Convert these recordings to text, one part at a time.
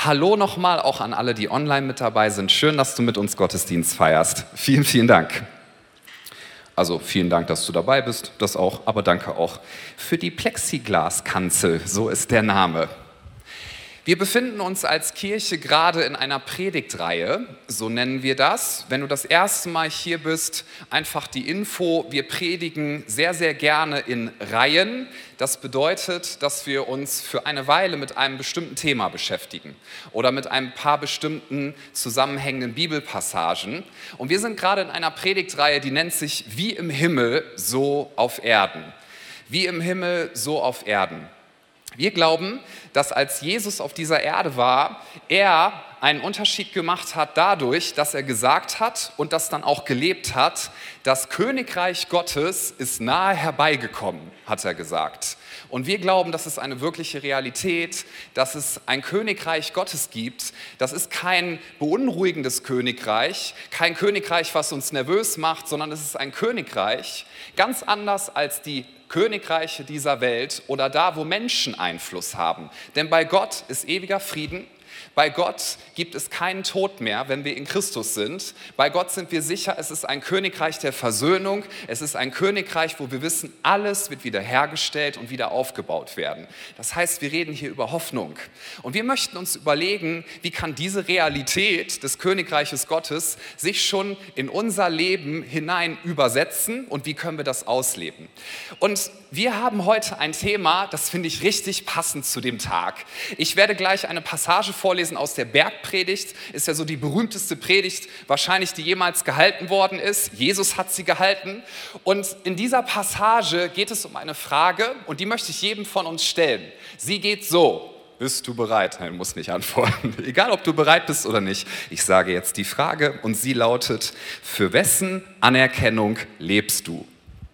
Hallo nochmal auch an alle, die online mit dabei sind. Schön, dass du mit uns Gottesdienst feierst. Vielen, vielen Dank. Also vielen Dank, dass du dabei bist, das auch, aber danke auch für die Plexiglaskanzel, so ist der Name. Wir befinden uns als Kirche gerade in einer Predigtreihe, so nennen wir das. Wenn du das erste Mal hier bist, einfach die Info, wir predigen sehr, sehr gerne in Reihen. Das bedeutet, dass wir uns für eine Weile mit einem bestimmten Thema beschäftigen oder mit ein paar bestimmten zusammenhängenden Bibelpassagen. Und wir sind gerade in einer Predigtreihe, die nennt sich Wie im Himmel, so auf Erden. Wie im Himmel, so auf Erden. Wir glauben, dass als Jesus auf dieser Erde war, er einen Unterschied gemacht hat dadurch, dass er gesagt hat und das dann auch gelebt hat, das Königreich Gottes ist nahe herbeigekommen, hat er gesagt. Und wir glauben, das ist eine wirkliche Realität, dass es ein Königreich Gottes gibt. Das ist kein beunruhigendes Königreich, kein Königreich, was uns nervös macht, sondern es ist ein Königreich, ganz anders als die Königreiche dieser Welt oder da, wo Menschen Einfluss haben. Denn bei Gott ist ewiger Frieden. Bei Gott gibt es keinen Tod mehr, wenn wir in Christus sind. Bei Gott sind wir sicher, es ist ein Königreich der Versöhnung. Es ist ein Königreich, wo wir wissen, alles wird wiederhergestellt und wieder aufgebaut werden. Das heißt, wir reden hier über Hoffnung. Und wir möchten uns überlegen, wie kann diese Realität des Königreiches Gottes sich schon in unser Leben hinein übersetzen und wie können wir das ausleben? Und wir haben heute ein Thema, das finde ich richtig passend zu dem Tag. Ich werde gleich eine Passage vorlesen aus der Bergpredigt. Ist ja so die berühmteste Predigt, wahrscheinlich die jemals gehalten worden ist. Jesus hat sie gehalten. Und in dieser Passage geht es um eine Frage und die möchte ich jedem von uns stellen. Sie geht so: Bist du bereit? Nein, du musst nicht antworten. Egal, ob du bereit bist oder nicht. Ich sage jetzt die Frage und sie lautet: Für wessen Anerkennung lebst du?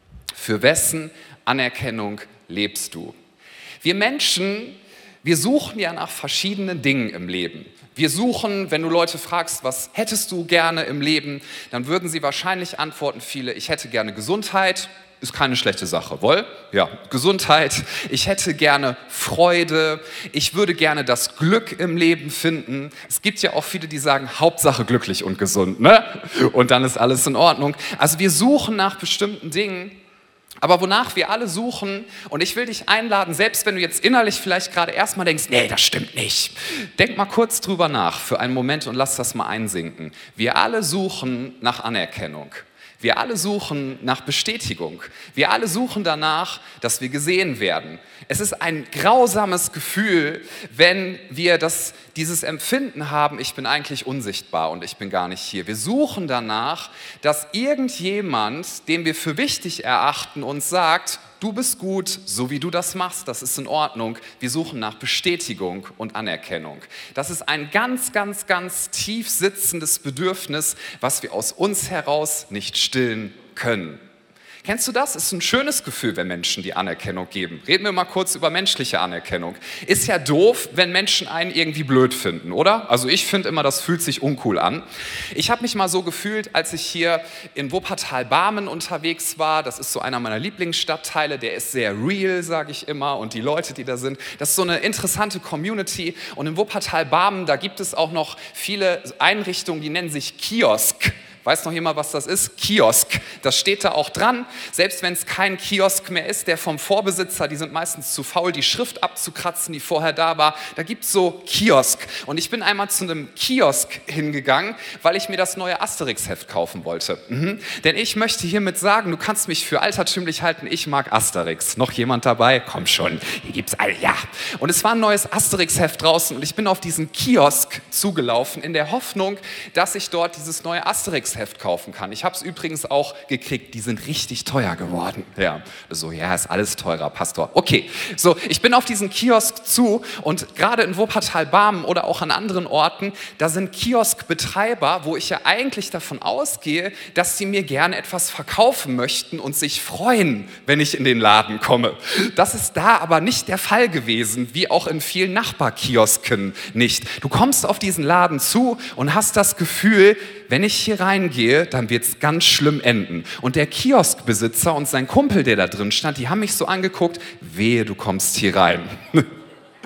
Für wessen Anerkennung lebst du? Wir Menschen, wir suchen ja nach verschiedenen Dingen im Leben. Wir suchen, wenn du Leute fragst, was hättest du gerne im Leben, dann würden sie wahrscheinlich antworten viele: Ich hätte gerne Gesundheit. Ist keine schlechte Sache, wohl? Ja, Gesundheit. Ich hätte gerne Freude. Ich würde gerne das Glück im Leben finden. Es gibt ja auch viele, die sagen, Hauptsache glücklich und gesund, ne? Und dann ist alles in Ordnung. Also wir suchen nach bestimmten Dingen. Aber wonach wir alle suchen, und ich will dich einladen, selbst wenn du jetzt innerlich vielleicht gerade erstmal denkst, nee, das stimmt nicht. Denk mal kurz drüber nach für einen Moment und lass das mal einsinken. Wir alle suchen nach Anerkennung. Wir alle suchen nach Bestätigung. Wir alle suchen danach, dass wir gesehen werden. Es ist ein grausames Gefühl, wenn wir dieses Empfinden haben, ich bin eigentlich unsichtbar und ich bin gar nicht hier. Wir suchen danach, dass irgendjemand, den wir für wichtig erachten, uns sagt, du bist gut, so wie du das machst, das ist in Ordnung. Wir suchen nach Bestätigung und Anerkennung. Das ist ein ganz, ganz, ganz tief sitzendes Bedürfnis, was wir aus uns heraus nicht stillen können. Kennst du das? Ist ein schönes Gefühl, wenn Menschen die Anerkennung geben. Reden wir mal kurz über menschliche Anerkennung. Ist ja doof, wenn Menschen einen irgendwie blöd finden, oder? Also ich finde immer, das fühlt sich uncool an. Ich habe mich mal so gefühlt, als ich hier in Wuppertal-Barmen unterwegs war. Das ist so einer meiner Lieblingsstadtteile. Der ist sehr real, sage ich immer. Und die Leute, die da sind, das ist so eine interessante Community. Und in Wuppertal-Barmen, da gibt es auch noch viele Einrichtungen, die nennen sich Kiosk. Weiß noch jemand, was das ist? Kiosk. Das steht da auch dran. Selbst wenn es kein Kiosk mehr ist, der vom Vorbesitzer, die sind meistens zu faul, die Schrift abzukratzen, die vorher da war. Da gibt es so Kiosk. Und ich bin einmal zu einem Kiosk hingegangen, weil ich mir das neue Asterix-Heft kaufen wollte. Denn ich möchte hiermit sagen, du kannst mich für altertümlich halten, ich mag Asterix. Noch jemand dabei? Komm schon, hier gibt's alle, ja. Und es war ein neues Asterix-Heft draußen und ich bin auf diesen Kiosk zugelaufen, in der Hoffnung, dass ich dort dieses neue Asterix-Heft kaufen kann. Ich habe es übrigens auch gekriegt, die sind richtig teuer geworden. Ja, so, ja, ist alles teurer, Pastor. Okay, so, ich bin auf diesen Kiosk zu und gerade in Wuppertal-Barmen oder auch an anderen Orten, da sind Kioskbetreiber, wo ich ja eigentlich davon ausgehe, dass sie mir gerne etwas verkaufen möchten und sich freuen, wenn ich in den Laden komme. Das ist da aber nicht der Fall gewesen, wie auch in vielen Nachbarkiosken nicht. Du kommst auf diesen Laden zu und hast das Gefühl, wenn ich hier reingehe, dann wird es ganz schlimm enden. Und der Kioskbesitzer und sein Kumpel, der da drin stand, die haben mich so angeguckt, wehe, du kommst hier rein.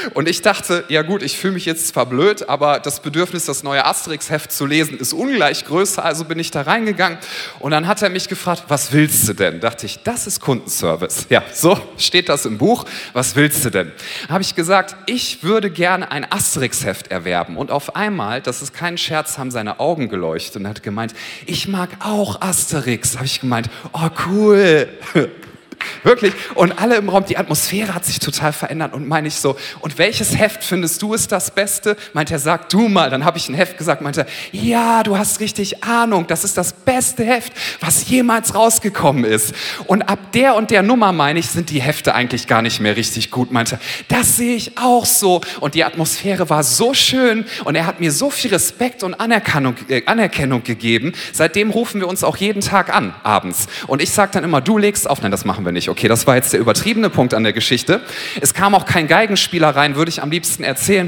Und ich dachte, ja gut, ich fühle mich jetzt zwar blöd, aber das Bedürfnis, das neue Asterix-Heft zu lesen, ist ungleich größer, also bin ich da reingegangen. Und dann hat er mich gefragt, was willst du denn? Dachte ich, das ist Kundenservice. Ja, so steht das im Buch. Was willst du denn? Habe ich gesagt, ich würde gerne ein Asterix-Heft erwerben. Und auf einmal, das ist kein Scherz, haben seine Augen geleuchtet und hat gemeint, ich mag auch Asterix. Habe ich gemeint, oh cool. Wirklich. Und alle im Raum, die Atmosphäre hat sich total verändert. Und meine ich so, und welches Heft findest du ist das Beste? Meint er, sag du mal. Dann habe ich ein Heft gesagt, meinte er, ja, du hast richtig Ahnung. Das ist das beste Heft, was jemals rausgekommen ist. Und ab der und der Nummer, meine ich, sind die Hefte eigentlich gar nicht mehr richtig gut. Meinte er, das sehe ich auch so. Und die Atmosphäre war so schön. Und er hat mir so viel Respekt und Anerkennung gegeben. Seitdem rufen wir uns auch jeden Tag an, abends. Und ich sage dann immer, du legst auf. Nein, das machen wir nicht. Okay, das war jetzt der übertriebene Punkt an der Geschichte. Es kam auch kein Geigenspieler rein, würde ich am liebsten erzählen.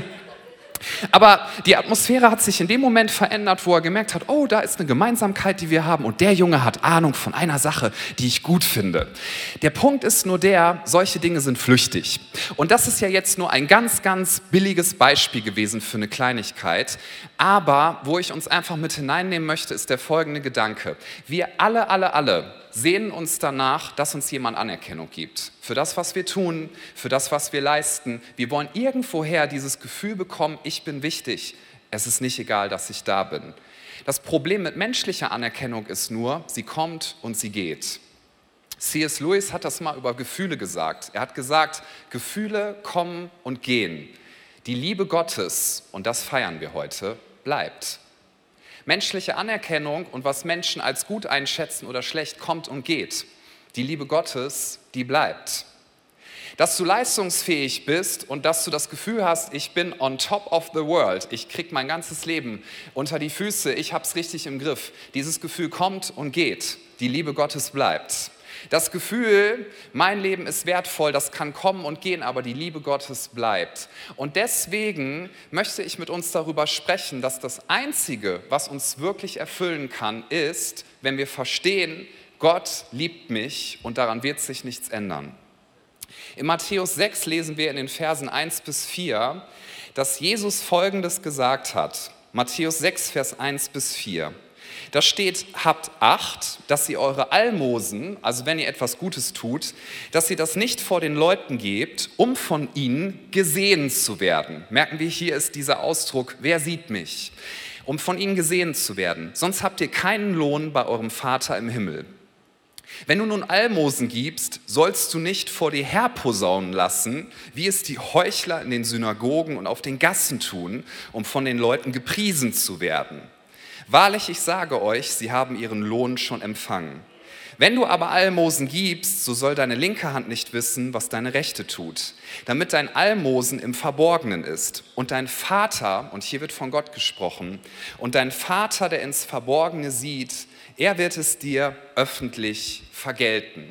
Aber die Atmosphäre hat sich in dem Moment verändert, wo er gemerkt hat, oh, da ist eine Gemeinsamkeit, die wir haben und der Junge hat Ahnung von einer Sache, die ich gut finde. Der Punkt ist nur der, solche Dinge sind flüchtig. Und das ist ja jetzt nur ein ganz, ganz billiges Beispiel gewesen für eine Kleinigkeit. Aber wo ich uns einfach mit hineinnehmen möchte, ist der folgende Gedanke. Wir alle sehnen uns danach, dass uns jemand Anerkennung gibt. Für das, was wir tun, für das, was wir leisten. Wir wollen irgendwoher dieses Gefühl bekommen, ich bin wichtig. Es ist nicht egal, dass ich da bin. Das Problem mit menschlicher Anerkennung ist nur, sie kommt und sie geht. C.S. Lewis hat das mal über Gefühle gesagt. Er hat gesagt, Gefühle kommen und gehen. Die Liebe Gottes, und das feiern wir heute, bleibt. Menschliche Anerkennung und was Menschen als gut einschätzen oder schlecht, kommt und geht. Die Liebe Gottes, die bleibt. Dass du leistungsfähig bist und dass du das Gefühl hast, ich bin on top of the world, ich kriege mein ganzes Leben unter die Füße, ich habe es richtig im Griff. Dieses Gefühl kommt und geht. Die Liebe Gottes bleibt. Das Gefühl, mein Leben ist wertvoll, das kann kommen und gehen, aber die Liebe Gottes bleibt. Und deswegen möchte ich mit uns darüber sprechen, dass das Einzige, was uns wirklich erfüllen kann, ist, wenn wir verstehen, Gott liebt mich und daran wird sich nichts ändern. In Matthäus 6 lesen wir in den Versen 1 bis 4, dass Jesus Folgendes gesagt hat. Matthäus 6, Vers 1 bis 4. Da steht, habt Acht, dass ihr eure Almosen, also wenn ihr etwas Gutes tut, dass ihr das nicht vor den Leuten gebt, um von ihnen gesehen zu werden. Merken wir, hier ist dieser Ausdruck, wer sieht mich? Um von ihnen gesehen zu werden. Sonst habt ihr keinen Lohn bei eurem Vater im Himmel. Wenn du nun Almosen gibst, sollst du nicht vor dir herposaunen lassen, wie es die Heuchler in den Synagogen und auf den Gassen tun, um von den Leuten gepriesen zu werden. Wahrlich, ich sage euch, sie haben ihren Lohn schon empfangen. Wenn du aber Almosen gibst, so soll deine linke Hand nicht wissen, was deine rechte tut, damit dein Almosen im Verborgenen ist. Und dein Vater, und hier wird von Gott gesprochen, und dein Vater, der ins Verborgene sieht, er wird es dir öffentlich vergelten.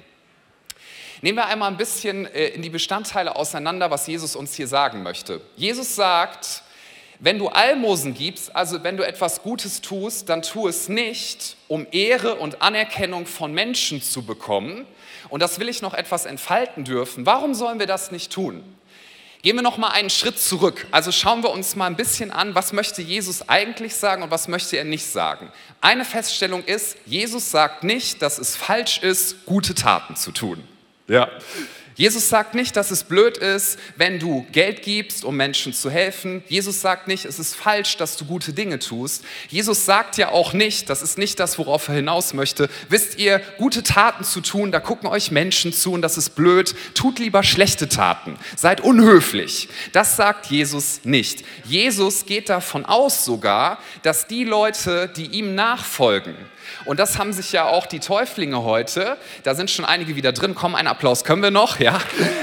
Nehmen wir einmal ein bisschen in die Bestandteile auseinander, was Jesus uns hier sagen möchte. Jesus sagt, wenn du Almosen gibst, also wenn du etwas Gutes tust, dann tu es nicht, um Ehre und Anerkennung von Menschen zu bekommen. Und das will ich noch etwas entfalten dürfen. Warum sollen wir das nicht tun? Gehen wir noch mal einen Schritt zurück. Also schauen wir uns mal ein bisschen an, was möchte Jesus eigentlich sagen und was möchte er nicht sagen. Eine Feststellung ist, Jesus sagt nicht, dass es falsch ist, gute Taten zu tun. Ja. Jesus sagt nicht, dass es blöd ist, wenn du Geld gibst, um Menschen zu helfen. Jesus sagt nicht, es ist falsch, dass du gute Dinge tust. Jesus sagt ja auch nicht, das ist nicht das, worauf er hinaus möchte, wisst ihr, gute Taten zu tun, da gucken euch Menschen zu und das ist blöd. Tut lieber schlechte Taten. Seid unhöflich. Das sagt Jesus nicht. Jesus geht davon aus sogar, dass die Leute, die ihm nachfolgen, und das haben sich ja auch die Täuflinge heute, da sind schon einige wieder drin, komm, einen Applaus können wir noch, ja,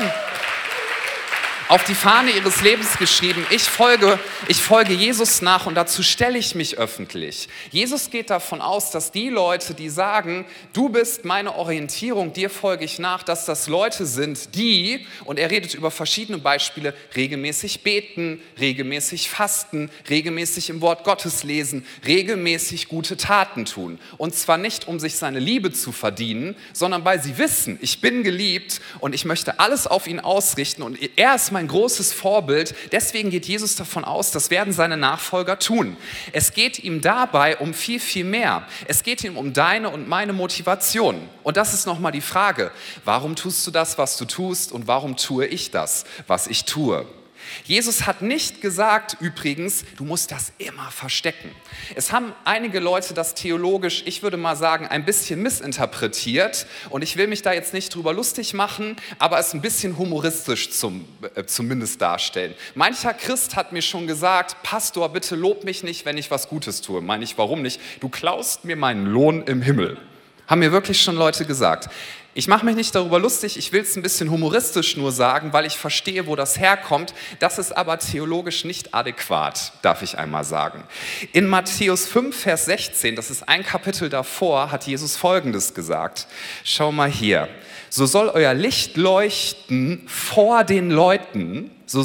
auf die Fahne ihres Lebens geschrieben, ich folge Jesus nach und dazu stelle ich mich öffentlich. Jesus geht davon aus, dass die Leute, die sagen, du bist meine Orientierung, dir folge ich nach, dass das Leute sind, die, und er redet über verschiedene Beispiele, regelmäßig beten, regelmäßig fasten, regelmäßig im Wort Gottes lesen, regelmäßig gute Taten tun. Und zwar nicht, um sich seine Liebe zu verdienen, sondern weil sie wissen, ich bin geliebt und ich möchte alles auf ihn ausrichten und er ist mein ein großes Vorbild. Deswegen geht Jesus davon aus, das werden seine Nachfolger tun. Es geht ihm dabei um viel, viel mehr. Es geht ihm um deine und meine Motivation. Und das ist nochmal die Frage, warum tust du das, was du tust, und warum tue ich das, was ich tue? Jesus hat nicht gesagt, übrigens, du musst das immer verstecken. Es haben einige Leute das theologisch, ich würde mal sagen, ein bisschen missinterpretiert. Und ich will mich da jetzt nicht drüber lustig machen, aber es ein bisschen humoristisch zumindest darstellen. Mancher Christ hat mir schon gesagt, Pastor, bitte lob mich nicht, wenn ich was Gutes tue. Meine ich, warum nicht? Du klaust mir meinen Lohn im Himmel. Haben mir wirklich schon Leute gesagt. Ich mache mich nicht darüber lustig, ich will es ein bisschen humoristisch nur sagen, weil ich verstehe, wo das herkommt. Das ist aber theologisch nicht adäquat, darf ich einmal sagen. In Matthäus 5, Vers 16, das ist ein Kapitel davor, hat Jesus Folgendes gesagt. Schau mal hier. So soll euer Licht leuchten vor den Leuten,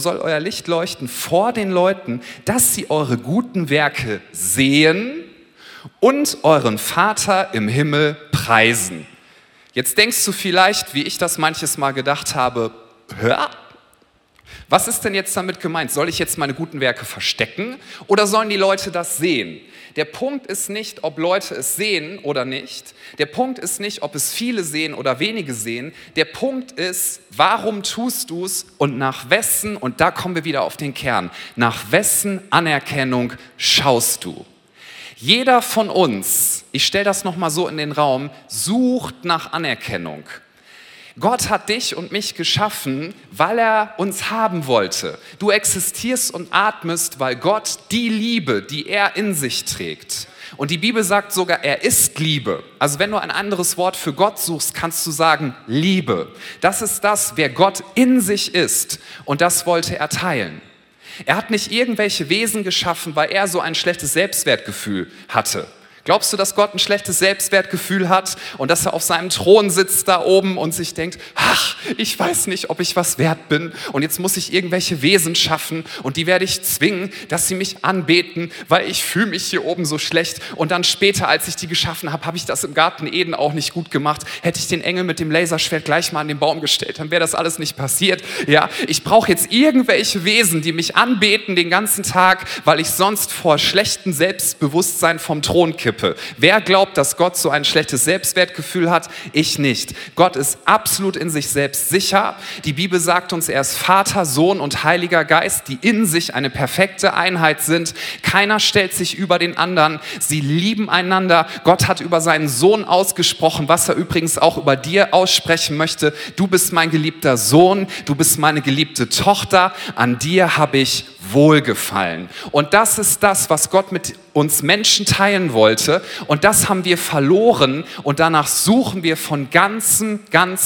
dass sie eure guten Werke sehen und euren Vater im Himmel preisen. Jetzt denkst du vielleicht, wie ich das manches Mal gedacht habe, was ist denn jetzt damit gemeint? Soll ich jetzt meine guten Werke verstecken oder sollen die Leute das sehen? Der Punkt ist nicht, ob Leute es sehen oder nicht. Der Punkt ist nicht, ob es viele sehen oder wenige sehen. Der Punkt ist, warum tust du es und nach wessen, und da kommen wir wieder auf den Kern, nach wessen Anerkennung schaust du? Jeder von uns, ich stelle das nochmal so in den Raum, sucht nach Anerkennung. Gott hat dich und mich geschaffen, weil er uns haben wollte. Du existierst und atmest, weil Gott die Liebe, die er in sich trägt. Und die Bibel sagt sogar, er ist Liebe. Also wenn du ein anderes Wort für Gott suchst, kannst du sagen Liebe. Das ist das, wer Gott in sich ist. Und das wollte er teilen. Er hat nicht irgendwelche Wesen geschaffen, weil er so ein schlechtes Selbstwertgefühl hatte. Glaubst du, dass Gott ein schlechtes Selbstwertgefühl hat und dass er auf seinem Thron sitzt da oben und sich denkt, ach, ich weiß nicht, ob ich was wert bin und jetzt muss ich irgendwelche Wesen schaffen und die werde ich zwingen, dass sie mich anbeten, weil ich fühle mich hier oben so schlecht und dann später, als ich die geschaffen habe, habe ich das im Garten Eden auch nicht gut gemacht. Hätte ich den Engel mit dem Laserschwert gleich mal an den Baum gestellt, dann wäre das alles nicht passiert. Ja, ich brauche jetzt irgendwelche Wesen, die mich anbeten den ganzen Tag, weil ich sonst vor schlechtem Selbstbewusstsein vom Thron kippe. Wer glaubt, dass Gott so ein schlechtes Selbstwertgefühl hat? Ich nicht. Gott ist absolut in sich selbst sicher. Die Bibel sagt uns, er ist Vater, Sohn und Heiliger Geist, die in sich eine perfekte Einheit sind. Keiner stellt sich über den anderen. Sie lieben einander. Gott hat über seinen Sohn ausgesprochen, was er übrigens auch über dir aussprechen möchte. Du bist mein geliebter Sohn, du bist meine geliebte Tochter. An dir habe ich Wohlgefallen. Und das ist das, was Gott mit uns Menschen teilen wollte. Und das haben wir verloren. Und danach suchen wir von ganzem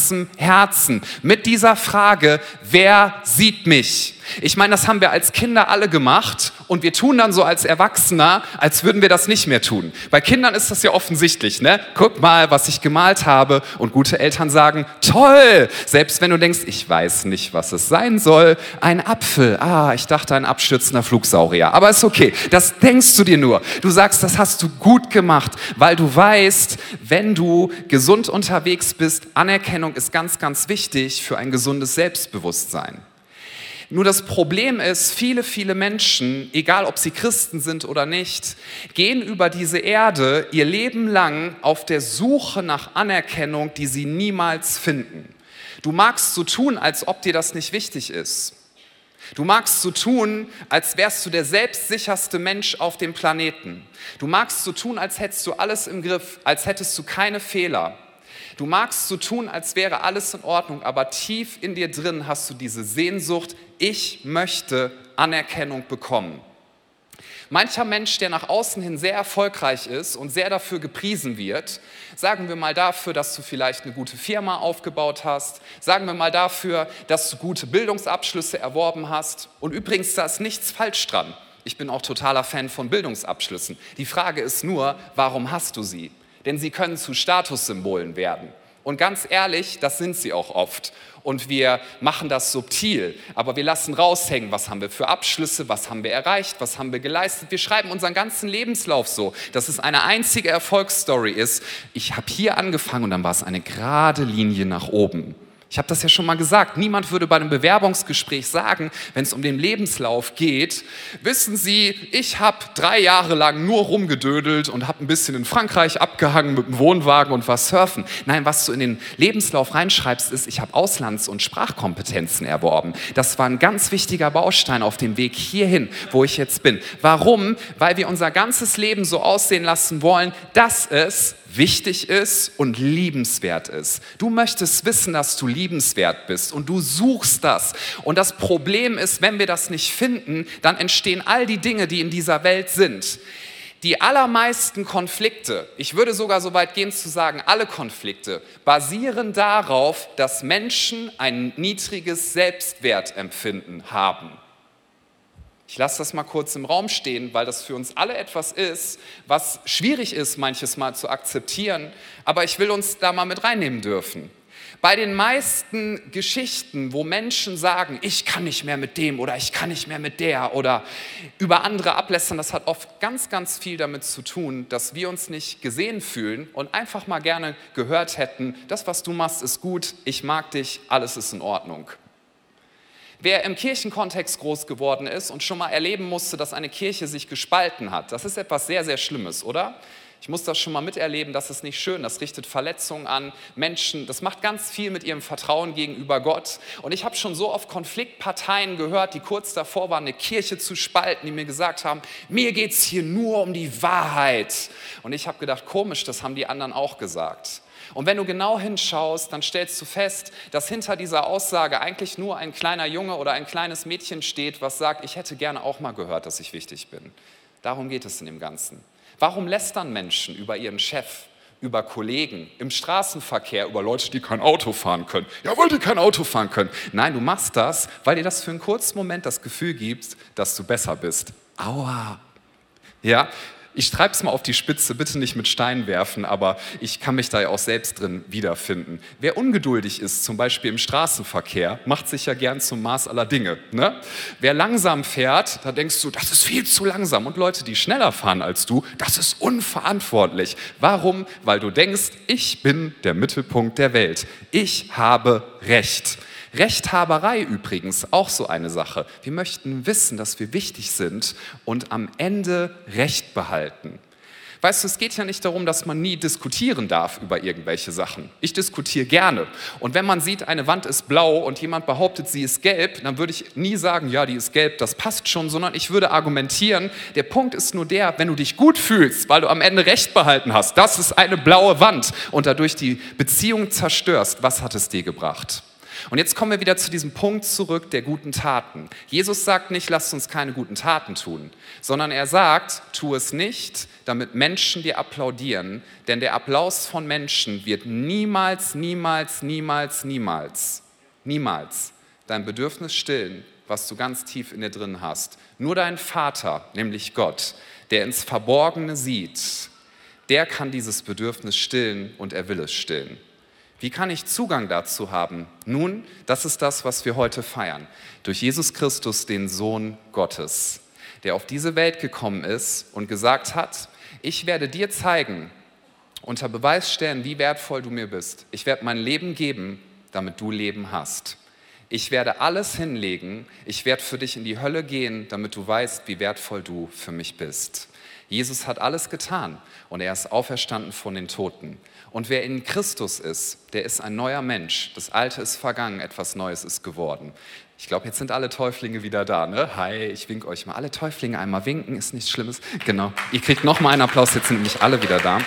Herzen mit dieser Frage, wer sieht mich? Ich meine, das haben wir als Kinder alle gemacht und wir tun dann so als Erwachsener, als würden wir das nicht mehr tun. Bei Kindern ist das ja offensichtlich, ne? Guck mal, was ich gemalt habe, und gute Eltern sagen, toll! Selbst wenn du denkst, ich weiß nicht, was es sein soll, ein Apfel, ich dachte ein abstürzender Flugsaurier, aber ist okay, das denkst du dir nur. Du sagst, das hast du gut gemacht, weil du weißt, wenn du gesund unterwegs bist, Anerkennung ist ganz wichtig für ein gesundes Selbstbewusstsein. Nur das Problem ist, viele Menschen, egal ob sie Christen sind oder nicht, gehen über diese Erde ihr Leben lang auf der Suche nach Anerkennung, die sie niemals finden. Du magst so tun, als ob dir das nicht wichtig ist. Du magst so tun, als wärst du der selbstsicherste Mensch auf dem Planeten. Du magst so tun, als hättest du alles im Griff, als hättest du keine Fehler. Du magst so tun, als wäre alles in Ordnung, aber tief in dir drin hast du diese Sehnsucht, ich möchte Anerkennung bekommen. Mancher Mensch, der nach außen hin sehr erfolgreich ist und sehr dafür gepriesen wird, sagen wir mal dafür, dass du vielleicht eine gute Firma aufgebaut hast, sagen wir mal dafür, dass du gute Bildungsabschlüsse erworben hast. Und übrigens, da ist nichts falsch dran. Ich bin auch totaler Fan von Bildungsabschlüssen. Die Frage ist nur, warum hast du sie? Denn sie können zu Statussymbolen werden. Und ganz ehrlich, das sind sie auch oft. Und wir machen das subtil, aber wir lassen raushängen, was haben wir für Abschlüsse, was haben wir erreicht, was haben wir geleistet. Wir schreiben unseren ganzen Lebenslauf so, dass es eine einzige Erfolgsstory ist. Ich habe hier angefangen und dann war es eine gerade Linie nach oben. Ich habe das ja schon mal gesagt, niemand würde bei einem Bewerbungsgespräch sagen, wenn es um den Lebenslauf geht, wissen Sie, ich habe 3 Jahre lang nur rumgedödelt und habe ein bisschen in Frankreich abgehangen mit dem Wohnwagen und was surfen. Nein, was du in den Lebenslauf reinschreibst, ist, ich habe Auslands- und Sprachkompetenzen erworben. Das war ein ganz wichtiger Baustein auf dem Weg hierhin, wo ich jetzt bin. Warum? Weil wir unser ganzes Leben so aussehen lassen wollen, dass es wichtig ist und liebenswert ist. Du möchtest wissen, dass du liebenswert bist und du suchst das. Und das Problem ist, wenn wir das nicht finden, dann entstehen all die Dinge, die in dieser Welt sind. Die allermeisten Konflikte, ich würde sogar so weit gehen zu sagen, alle Konflikte, basieren darauf, dass Menschen ein niedriges Selbstwertempfinden haben. Ich lasse das mal kurz im Raum stehen, weil das für uns alle etwas ist, was schwierig ist, manches Mal zu akzeptieren, aber ich will uns da mal mit reinnehmen dürfen. Bei den meisten Geschichten, wo Menschen sagen, ich kann nicht mehr mit dem oder ich kann nicht mehr mit der oder über andere ablästern, das hat oft ganz, ganz viel damit zu tun, dass wir uns nicht gesehen fühlen und einfach mal gerne gehört hätten, das, was du machst, ist gut, ich mag dich, alles ist in Ordnung. Wer im Kirchenkontext groß geworden ist und schon mal erleben musste, dass eine Kirche sich gespalten hat, das ist etwas sehr, sehr Schlimmes, oder? Ich muss das schon mal miterleben, das ist nicht schön, das richtet Verletzungen an Menschen, das macht ganz viel mit ihrem Vertrauen gegenüber Gott. Und ich habe schon so oft Konfliktparteien gehört, die kurz davor waren, eine Kirche zu spalten, die mir gesagt haben, mir geht es hier nur um die Wahrheit. Und ich habe gedacht, komisch, das haben die anderen auch gesagt. Und wenn du genau hinschaust, dann stellst du fest, dass hinter dieser Aussage eigentlich nur ein kleiner Junge oder ein kleines Mädchen steht, was sagt, ich hätte gerne auch mal gehört, dass ich wichtig bin. Darum geht es in dem Ganzen. Warum lästern Menschen über ihren Chef, über Kollegen, im Straßenverkehr, über Leute, die kein Auto fahren können? Ja, weil die kein Auto fahren können. Nein, du machst das, weil dir das für einen kurzen Moment das Gefühl gibt, dass du besser bist. Aua. Ja, ich treibe es mal auf die Spitze, bitte nicht mit Steinen werfen, aber ich kann mich da ja auch selbst drin wiederfinden. Wer ungeduldig ist, zum Beispiel im Straßenverkehr, macht sich ja gern zum Maß aller Dinge. Ne? Wer langsam fährt, da denkst du, das ist viel zu langsam. Und Leute, die schneller fahren als du, das ist unverantwortlich. Warum? Weil du denkst, ich bin der Mittelpunkt der Welt. Ich habe Recht. Rechthaberei übrigens, auch so eine Sache. Wir möchten wissen, dass wir wichtig sind und am Ende Recht behalten. Weißt du, es geht ja nicht darum, dass man nie diskutieren darf über irgendwelche Sachen. Ich diskutiere gerne. Und wenn man sieht, eine Wand ist blau und jemand behauptet, sie ist gelb, dann würde ich nie sagen, ja, die ist gelb, das passt schon, sondern ich würde argumentieren, der Punkt ist nur der, wenn du dich gut fühlst, weil du am Ende Recht behalten hast, das ist eine blaue Wand und dadurch die Beziehung zerstörst, was hat es dir gebracht? Und jetzt kommen wir wieder zu diesem Punkt zurück der guten Taten. Jesus sagt nicht, lasst uns keine guten Taten tun, sondern er sagt, tu es nicht, damit Menschen dir applaudieren, denn der Applaus von Menschen wird niemals, niemals, niemals, niemals, niemals dein Bedürfnis stillen, was du ganz tief in dir drin hast. Nur dein Vater, nämlich Gott, der ins Verborgene sieht, der kann dieses Bedürfnis stillen und er will es stillen. Wie kann ich Zugang dazu haben? Nun, das ist das, was wir heute feiern. Durch Jesus Christus, den Sohn Gottes, der auf diese Welt gekommen ist und gesagt hat, ich werde dir zeigen, unter Beweis stellen, wie wertvoll du mir bist. Ich werde mein Leben geben, damit du Leben hast. Ich werde alles hinlegen, ich werde für dich in die Hölle gehen, damit du weißt, wie wertvoll du für mich bist. Jesus hat alles getan und er ist auferstanden von den Toten. Und wer in Christus ist, der ist ein neuer Mensch. Das Alte ist vergangen, etwas Neues ist geworden. Ich glaube, jetzt sind alle Täuflinge wieder da, ne? Hi, ich winke euch mal. Alle Täuflinge einmal winken, ist nichts Schlimmes. Genau, ihr kriegt nochmal einen Applaus, jetzt sind nämlich alle wieder da.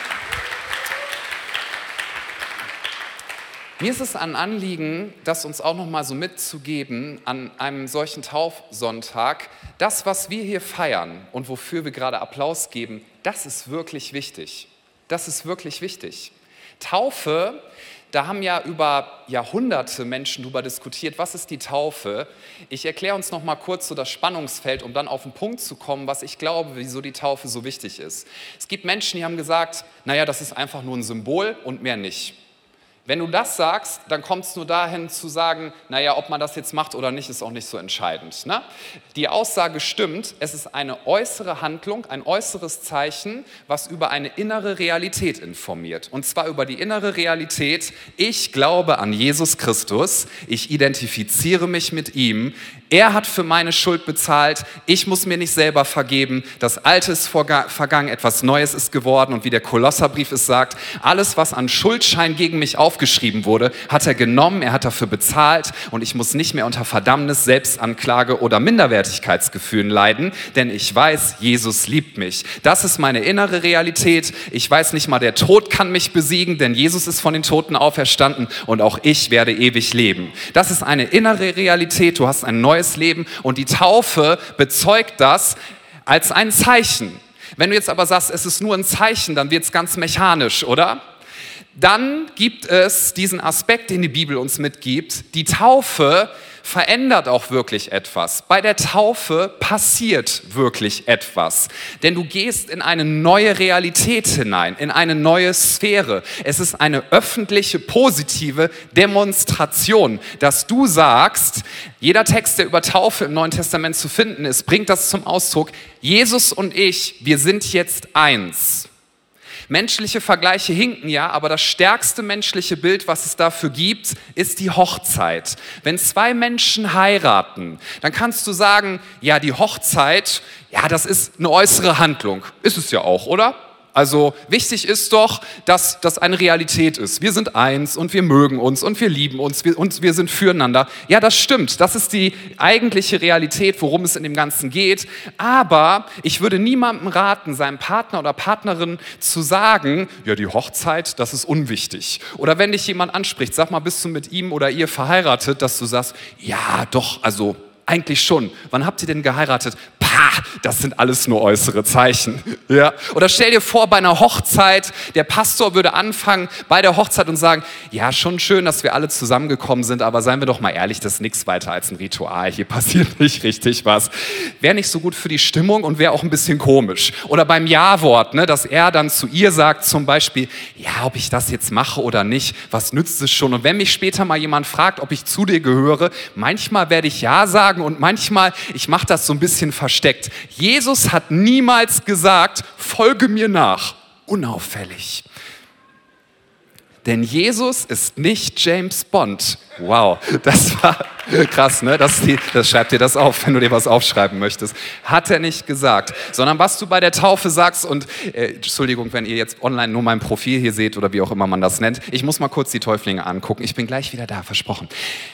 Mir ist es ein Anliegen, das uns auch noch mal so mitzugeben an einem solchen Taufsonntag. Das, was wir hier feiern und wofür wir gerade Applaus geben, das ist wirklich wichtig. Das ist wirklich wichtig. Taufe, da haben ja über Jahrhunderte Menschen darüber diskutiert, was ist die Taufe? Ich erkläre uns noch mal kurz so das Spannungsfeld, um dann auf den Punkt zu kommen, was ich glaube, wieso die Taufe so wichtig ist. Es gibt Menschen, die haben gesagt, naja, das ist einfach nur ein Symbol und mehr nicht. Wenn du das sagst, dann kommt es nur dahin zu sagen, naja, ob man das jetzt macht oder nicht, ist auch nicht so entscheidend. Ne? Die Aussage stimmt, es ist eine äußere Handlung, ein äußeres Zeichen, was über eine innere Realität informiert. Und zwar über die innere Realität, ich glaube an Jesus Christus, ich identifiziere mich mit ihm, er hat für meine Schuld bezahlt, ich muss mir nicht selber vergeben, das Alte ist vergangen, etwas Neues ist geworden und wie der Kolosserbrief es sagt, alles, was an Schuldschein gegen mich aufgeschrieben wurde, hat er genommen, er hat dafür bezahlt und ich muss nicht mehr unter Verdammnis, Selbstanklage oder Minderwertigkeitsgefühlen leiden, denn ich weiß, Jesus liebt mich. Das ist meine innere Realität. Ich weiß nicht mal, der Tod kann mich besiegen, denn Jesus ist von den Toten auferstanden und auch ich werde ewig leben. Das ist eine innere Realität, du hast ein neues Leben und die Taufe bezeugt das als ein Zeichen. Wenn du jetzt aber sagst, es ist nur ein Zeichen, dann wird es ganz mechanisch, oder? Dann gibt es diesen Aspekt, den die Bibel uns mitgibt. Die Taufe verändert auch wirklich etwas. Bei der Taufe passiert wirklich etwas. Denn du gehst in eine neue Realität hinein, in eine neue Sphäre. Es ist eine öffentliche, positive Demonstration, dass du sagst, jeder Text, der über Taufe im Neuen Testament zu finden ist, bringt das zum Ausdruck, Jesus und ich, wir sind jetzt eins. Menschliche Vergleiche hinken ja, aber das stärkste menschliche Bild, was es dafür gibt, ist die Hochzeit. Wenn zwei Menschen heiraten, dann kannst du sagen, ja, die Hochzeit, ja, das ist eine äußere Handlung. Ist es ja auch, oder? Also wichtig ist doch, dass das eine Realität ist. Wir sind eins und wir mögen uns und wir lieben uns und wir sind füreinander. Ja, das stimmt. Das ist die eigentliche Realität, worum es in dem Ganzen geht. Aber ich würde niemandem raten, seinem Partner oder Partnerin zu sagen, ja, die Hochzeit, das ist unwichtig. Oder wenn dich jemand anspricht, sag mal, bist du mit ihm oder ihr verheiratet, dass du sagst, ja, doch, also eigentlich schon. Wann habt ihr denn geheiratet? Das sind alles nur äußere Zeichen. Ja. Oder stell dir vor, bei einer Hochzeit, der Pastor würde anfangen bei der Hochzeit und sagen, ja, schon schön, dass wir alle zusammengekommen sind, aber seien wir doch mal ehrlich, das ist nichts weiter als ein Ritual. Hier passiert nicht richtig was. Wäre nicht so gut für die Stimmung und wäre auch ein bisschen komisch. Oder beim Ja-Wort, ne, dass er dann zu ihr sagt zum Beispiel, ja, ob ich das jetzt mache oder nicht, was nützt es schon? Und wenn mich später mal jemand fragt, ob ich zu dir gehöre, manchmal werde ich Ja sagen und manchmal, ich mache das so ein bisschen versteckt. Jesus hat niemals gesagt, folge mir nach, unauffällig. Denn Jesus ist nicht James Bond. Wow, das war krass, ne? Das schreib dir das auf, wenn du dir was aufschreiben möchtest. Hat er nicht gesagt. Sondern was du bei der Taufe sagst und, Entschuldigung, wenn ihr jetzt online nur mein Profil hier seht oder wie auch immer man das nennt. Ich muss mal kurz die Täuflinge angucken. Ich bin gleich wieder da, versprochen.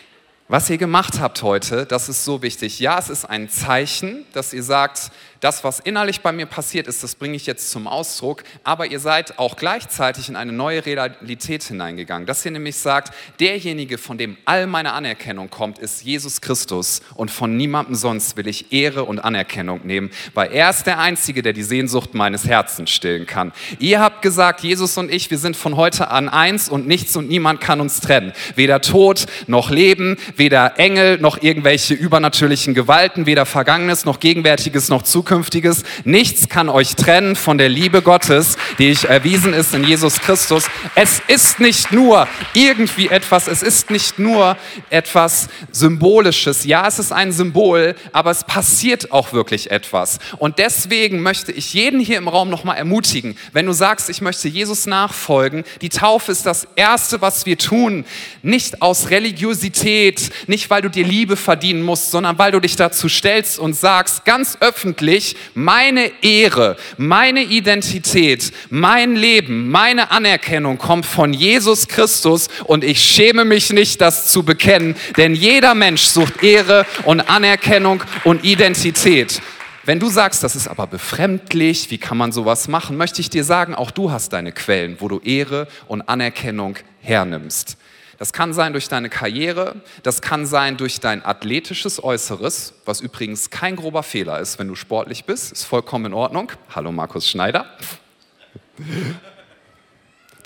Was ihr gemacht habt heute, das ist so wichtig. Ja, es ist ein Zeichen, dass ihr sagt, das, was innerlich bei mir passiert ist, das bringe ich jetzt zum Ausdruck, aber ihr seid auch gleichzeitig in eine neue Realität hineingegangen. Dass ihr nämlich sagt, derjenige, von dem all meine Anerkennung kommt, ist Jesus Christus und von niemandem sonst will ich Ehre und Anerkennung nehmen, weil er ist der Einzige, der die Sehnsucht meines Herzens stillen kann. Ihr habt gesagt, Jesus und ich, wir sind von heute an eins und nichts und niemand kann uns trennen. Weder Tod noch Leben, weder Engel noch irgendwelche übernatürlichen Gewalten, weder Vergangenes noch Gegenwärtiges noch Zukünftiges. Nichts kann euch trennen von der Liebe Gottes, die euch erwiesen ist in Jesus Christus. Es ist nicht nur irgendwie etwas, es ist nicht nur etwas Symbolisches. Ja, es ist ein Symbol, aber es passiert auch wirklich etwas. Und deswegen möchte ich jeden hier im Raum nochmal ermutigen, wenn du sagst, ich möchte Jesus nachfolgen, die Taufe ist das Erste, was wir tun. Nicht aus Religiosität, nicht weil du dir Liebe verdienen musst, sondern weil du dich dazu stellst und sagst, ganz öffentlich, meine Ehre, meine Identität, mein Leben, meine Anerkennung kommt von Jesus Christus und ich schäme mich nicht, das zu bekennen, denn jeder Mensch sucht Ehre und Anerkennung und Identität. Wenn du sagst, das ist aber befremdlich, wie kann man sowas machen, möchte ich dir sagen, auch du hast deine Quellen, wo du Ehre und Anerkennung hernimmst. Das kann sein durch deine Karriere, das kann sein durch dein athletisches Äußeres, was übrigens kein grober Fehler ist, wenn du sportlich bist, ist vollkommen in Ordnung. Hallo Markus Schneider.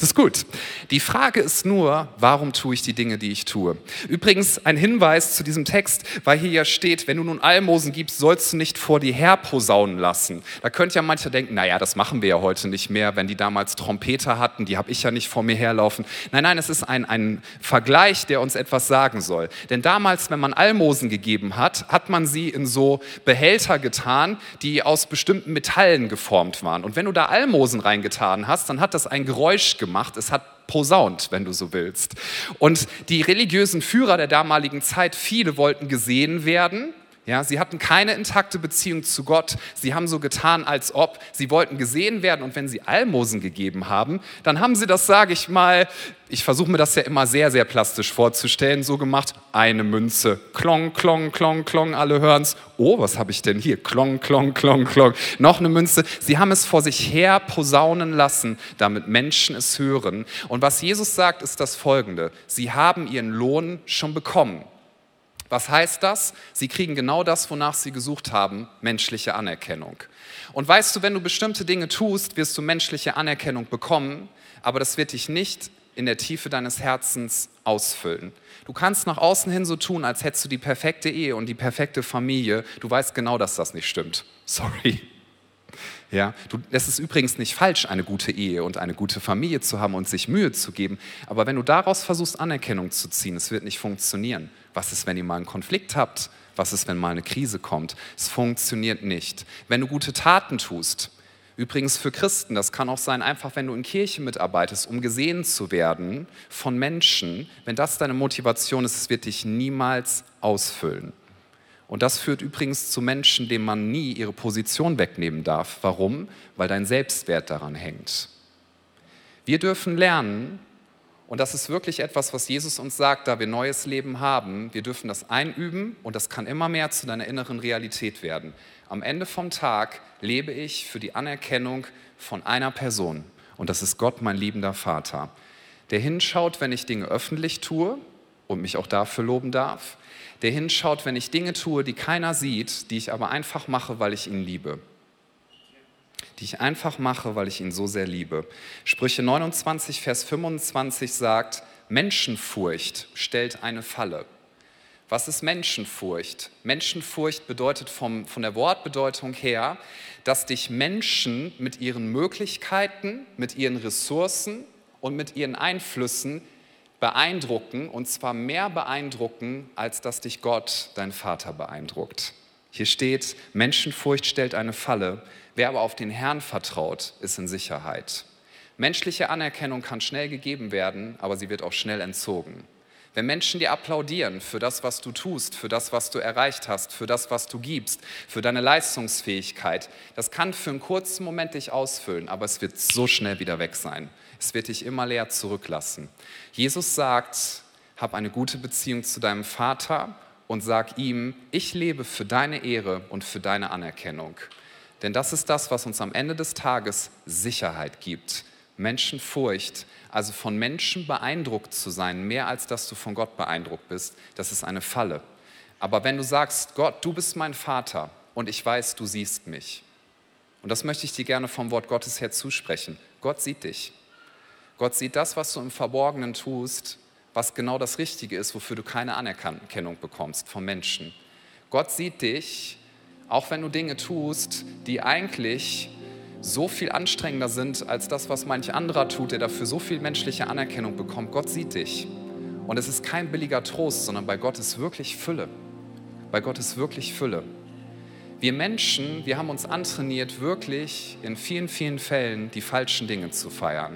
Das ist gut. Die Frage ist nur, warum tue ich die Dinge, die ich tue? Übrigens ein Hinweis zu diesem Text, weil hier ja steht, wenn du nun Almosen gibst, sollst du nicht vor dir her posaunen lassen. Da könnte ja mancher denken, naja, das machen wir ja heute nicht mehr, wenn die damals Trompeter hatten, die habe ich ja nicht vor mir herlaufen. Nein, es ist ein Vergleich, der uns etwas sagen soll. Denn damals, wenn man Almosen gegeben hat, hat man sie in so Behälter getan, die aus bestimmten Metallen geformt waren. Und wenn du da Almosen reingetan hast, dann hat das ein Geräusch gemacht. Es hat posaunt, wenn du so willst. Und die religiösen Führer der damaligen Zeit, viele wollten gesehen werden. Ja, sie hatten keine intakte Beziehung zu Gott. Sie haben so getan, als ob sie wollten gesehen werden. Und wenn sie Almosen gegeben haben, dann haben sie das, sage ich mal, ich versuche mir das ja immer sehr, sehr plastisch vorzustellen, so gemacht, eine Münze, klong, klong, klong, klong, alle hören's. Oh, was habe ich denn hier? Klong, klong, klong, klong. Noch eine Münze. Sie haben es vor sich her posaunen lassen, damit Menschen es hören. Und was Jesus sagt, ist das Folgende. Sie haben ihren Lohn schon bekommen. Was heißt das? Sie kriegen genau das, wonach sie gesucht haben, menschliche Anerkennung. Und weißt du, wenn du bestimmte Dinge tust, wirst du menschliche Anerkennung bekommen, aber das wird dich nicht in der Tiefe deines Herzens ausfüllen. Du kannst nach außen hin so tun, als hättest du die perfekte Ehe und die perfekte Familie. Du weißt genau, dass das nicht stimmt. Sorry. Ja, es ist übrigens nicht falsch, eine gute Ehe und eine gute Familie zu haben und sich Mühe zu geben. Aber wenn du daraus versuchst, Anerkennung zu ziehen, es wird nicht funktionieren. Was ist, wenn ihr mal einen Konflikt habt? Was ist, wenn mal eine Krise kommt? Es funktioniert nicht. Wenn du gute Taten tust, übrigens für Christen, das kann auch sein, einfach wenn du in Kirche mitarbeitest, um gesehen zu werden von Menschen, wenn das deine Motivation ist, es wird dich niemals ausfüllen. Und das führt übrigens zu Menschen, denen man nie ihre Position wegnehmen darf. Warum? Weil dein Selbstwert daran hängt. Wir dürfen lernen, und das ist wirklich etwas, was Jesus uns sagt, da wir neues Leben haben, wir dürfen das einüben und das kann immer mehr zu deiner inneren Realität werden. Am Ende vom Tag lebe ich für die Anerkennung von einer Person und das ist Gott, mein liebender Vater, der hinschaut, wenn ich Dinge öffentlich tue und mich auch dafür loben darf, der hinschaut, wenn ich Dinge tue, die keiner sieht, die ich aber einfach mache, weil ich ihn liebe. Die ich einfach mache, weil ich ihn so sehr liebe. Sprüche 29, Vers 25 sagt, Menschenfurcht stellt eine Falle. Was ist Menschenfurcht? Menschenfurcht bedeutet von der Wortbedeutung her, dass dich Menschen mit ihren Möglichkeiten, mit ihren Ressourcen und mit ihren Einflüssen beeindrucken, und zwar mehr beeindrucken, als dass dich Gott, dein Vater, beeindruckt. Hier steht, Menschenfurcht stellt eine Falle, wer aber auf den Herrn vertraut, ist in Sicherheit. Menschliche Anerkennung kann schnell gegeben werden, aber sie wird auch schnell entzogen. Wenn Menschen dir applaudieren für das, was du tust, für das, was du erreicht hast, für das, was du gibst, für deine Leistungsfähigkeit, das kann für einen kurzen Moment dich ausfüllen, aber es wird so schnell wieder weg sein. Es wird dich immer leer zurücklassen. Jesus sagt, hab eine gute Beziehung zu deinem Vater und sag ihm, ich lebe für deine Ehre und für deine Anerkennung. Denn das ist das, was uns am Ende des Tages Sicherheit gibt. Menschenfurcht, also von Menschen beeindruckt zu sein, mehr als dass du von Gott beeindruckt bist, das ist eine Falle. Aber wenn du sagst, Gott, du bist mein Vater und ich weiß, du siehst mich. Und das möchte ich dir gerne vom Wort Gottes her zusprechen. Gott sieht dich. Gott sieht das, was du im Verborgenen tust, was genau das Richtige ist, wofür du keine Anerkennung bekommst von Menschen. Gott sieht dich, auch wenn du Dinge tust, die eigentlich so viel anstrengender sind als das, was manch anderer tut, der dafür so viel menschliche Anerkennung bekommt. Gott sieht dich. Und es ist kein billiger Trost, sondern bei Gott ist wirklich Fülle. Bei Gott ist wirklich Fülle. Wir Menschen, wir haben uns antrainiert, wirklich in vielen, vielen Fällen die falschen Dinge zu feiern.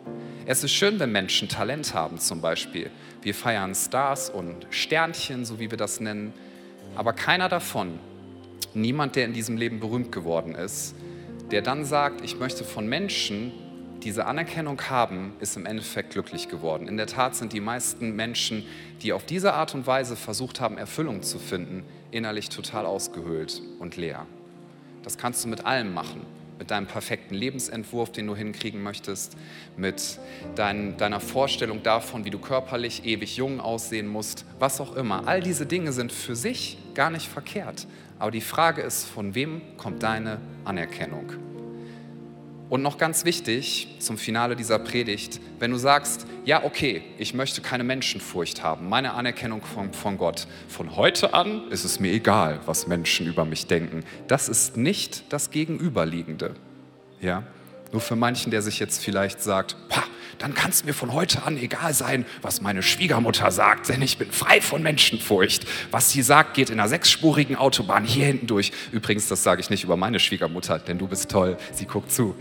Es ist schön, wenn Menschen Talent haben zum Beispiel. Wir feiern Stars und Sternchen, so wie wir das nennen. Aber keiner davon, niemand, der in diesem Leben berühmt geworden ist, der dann sagt, ich möchte von Menschen diese Anerkennung haben, ist im Endeffekt glücklich geworden. In der Tat sind die meisten Menschen, die auf diese Art und Weise versucht haben, Erfüllung zu finden, innerlich total ausgehöhlt und leer. Das kannst du mit allem machen. Mit deinem perfekten Lebensentwurf, den du hinkriegen möchtest, mit deiner Vorstellung davon, wie du körperlich ewig jung aussehen musst, was auch immer. All diese Dinge sind für sich gar nicht verkehrt. Aber die Frage ist, von wem kommt deine Anerkennung? Und noch ganz wichtig zum Finale dieser Predigt, wenn du sagst, ja okay, ich möchte keine Menschenfurcht haben, meine Anerkennung von Gott. Von heute an ist es mir egal, was Menschen über mich denken. Das ist nicht das Gegenüberliegende. Ja? Nur für manchen, der sich jetzt vielleicht sagt, dann kann es mir von heute an egal sein, was meine Schwiegermutter sagt, denn ich bin frei von Menschenfurcht. Was sie sagt, geht in einer 6-spurigen Autobahn hier hinten durch. Übrigens, das sage ich nicht über meine Schwiegermutter, denn du bist toll, sie guckt zu.